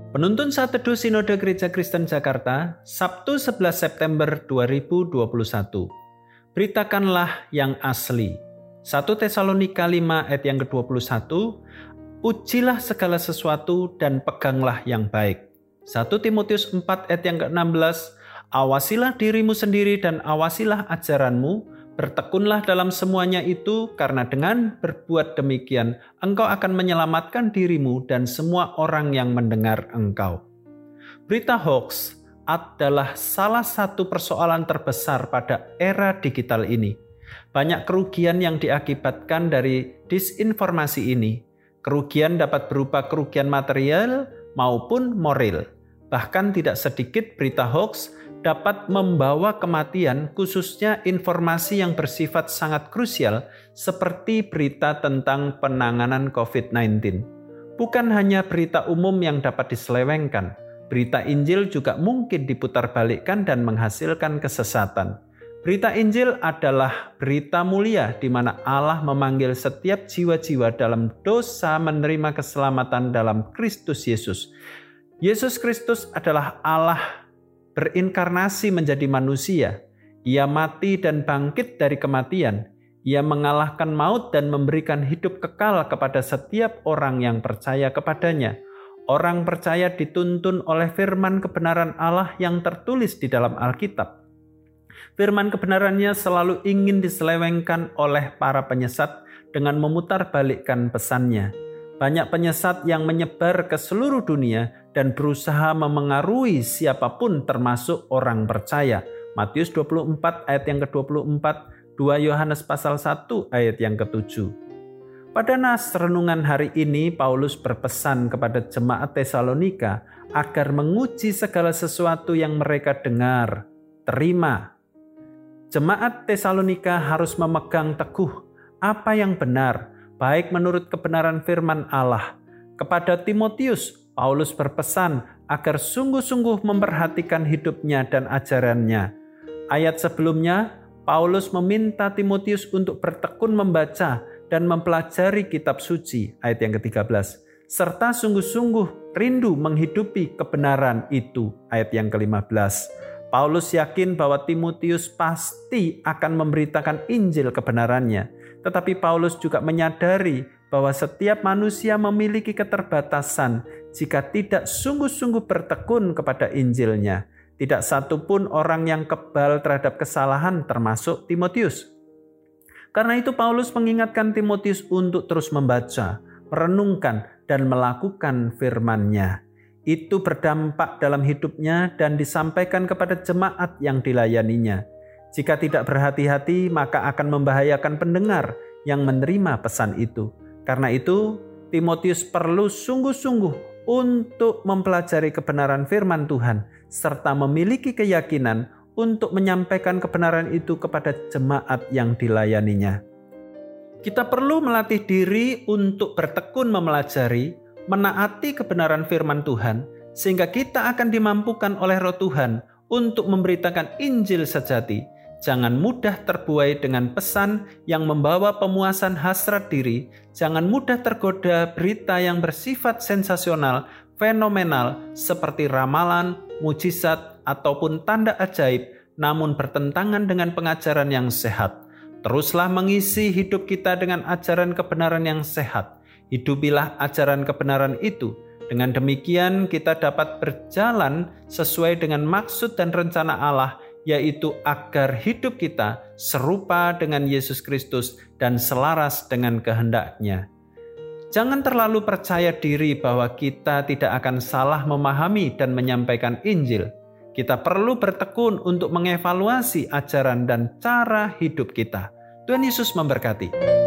Penuntun Saat Teduh Sinode Gereja Kristen Jakarta, Sabtu 11 September 2021. Beritakanlah yang asli. 1 Tesalonika 5 ayat yang ke-21, ujilah segala sesuatu dan peganglah yang baik. 1 Timotius 4 ayat yang ke-16, awasilah dirimu sendiri dan awasilah ajaranmu, bertekunlah dalam semuanya itu, karena dengan berbuat demikian, engkau akan menyelamatkan dirimu dan semua orang yang mendengar engkau. Berita hoax adalah salah satu persoalan terbesar pada era digital ini. Banyak kerugian yang diakibatkan dari disinformasi ini. Kerugian dapat berupa kerugian material maupun moral. Bahkan tidak sedikit berita hoax dapat membawa kematian, khususnya informasi yang bersifat sangat krusial seperti berita tentang penanganan COVID-19. Bukan hanya berita umum yang dapat diselewengkan, berita Injil juga mungkin diputarbalikkan dan menghasilkan kesesatan. Berita Injil adalah berita mulia di mana Allah memanggil setiap jiwa-jiwa dalam dosa menerima keselamatan dalam Kristus Yesus. Yesus Kristus adalah Allah berinkarnasi menjadi manusia. Ia mati dan bangkit dari kematian. Ia mengalahkan maut dan memberikan hidup kekal kepada setiap orang yang percaya kepadanya. Orang percaya dituntun oleh firman kebenaran Allah yang tertulis di dalam Alkitab. Firman kebenarannya selalu ingin diselewengkan oleh para penyesat dengan memutarbalikkan pesannya. Banyak penyesat yang menyebar ke seluruh dunia dan berusaha memengaruhi siapapun termasuk orang percaya. Matius 24 ayat yang ke-24, 2 Yohanes pasal 1 ayat yang ke-7. Pada nas renungan hari ini, Paulus berpesan kepada jemaat Tesalonika agar menguji segala sesuatu yang mereka dengar, terima. Jemaat Tesalonika harus memegang teguh apa yang benar, baik menurut kebenaran firman Allah. Kepada Timotius, Paulus berpesan agar sungguh-sungguh memperhatikan hidupnya dan ajarannya. Ayat sebelumnya, Paulus meminta Timotius untuk bertekun membaca dan mempelajari kitab suci, ayat yang ke-13, serta sungguh-sungguh rindu menghidupi kebenaran itu, ayat yang ke-15. Paulus yakin bahwa Timotius pasti akan memberitakan Injil kebenarannya. Tetapi Paulus juga menyadari bahwa setiap manusia memiliki keterbatasan jika tidak sungguh-sungguh bertekun kepada Injilnya. Tidak satu pun orang yang kebal terhadap kesalahan termasuk Timotius. Karena itu Paulus mengingatkan Timotius untuk terus membaca, merenungkan, dan melakukan firman-Nya. Itu berdampak dalam hidupnya dan disampaikan kepada jemaat yang dilayaninya. Jika tidak berhati-hati, maka akan membahayakan pendengar yang menerima pesan itu. Karena itu, Timotius perlu sungguh-sungguh untuk mempelajari kebenaran firman Tuhan, serta memiliki keyakinan untuk menyampaikan kebenaran itu kepada jemaat yang dilayaninya. Kita perlu melatih diri untuk bertekun mempelajari, menaati kebenaran firman Tuhan, sehingga kita akan dimampukan oleh Roh Tuhan untuk memberitakan Injil sejati. Jangan mudah terbuai dengan pesan yang membawa pemuasan hasrat diri. Jangan mudah tergoda berita yang bersifat sensasional, fenomenal, seperti ramalan, mujizat, ataupun tanda ajaib, namun bertentangan dengan pengajaran yang sehat. Teruslah mengisi hidup kita dengan ajaran kebenaran yang sehat. Hidupilah ajaran kebenaran itu. Dengan demikian kita dapat berjalan sesuai dengan maksud dan rencana Allah, yaitu agar hidup kita serupa dengan Yesus Kristus dan selaras dengan kehendak-Nya. Jangan terlalu percaya diri bahwa kita tidak akan salah memahami dan menyampaikan Injil. Kita perlu bertekun untuk mengevaluasi ajaran dan cara hidup kita. Tuhan Yesus memberkati.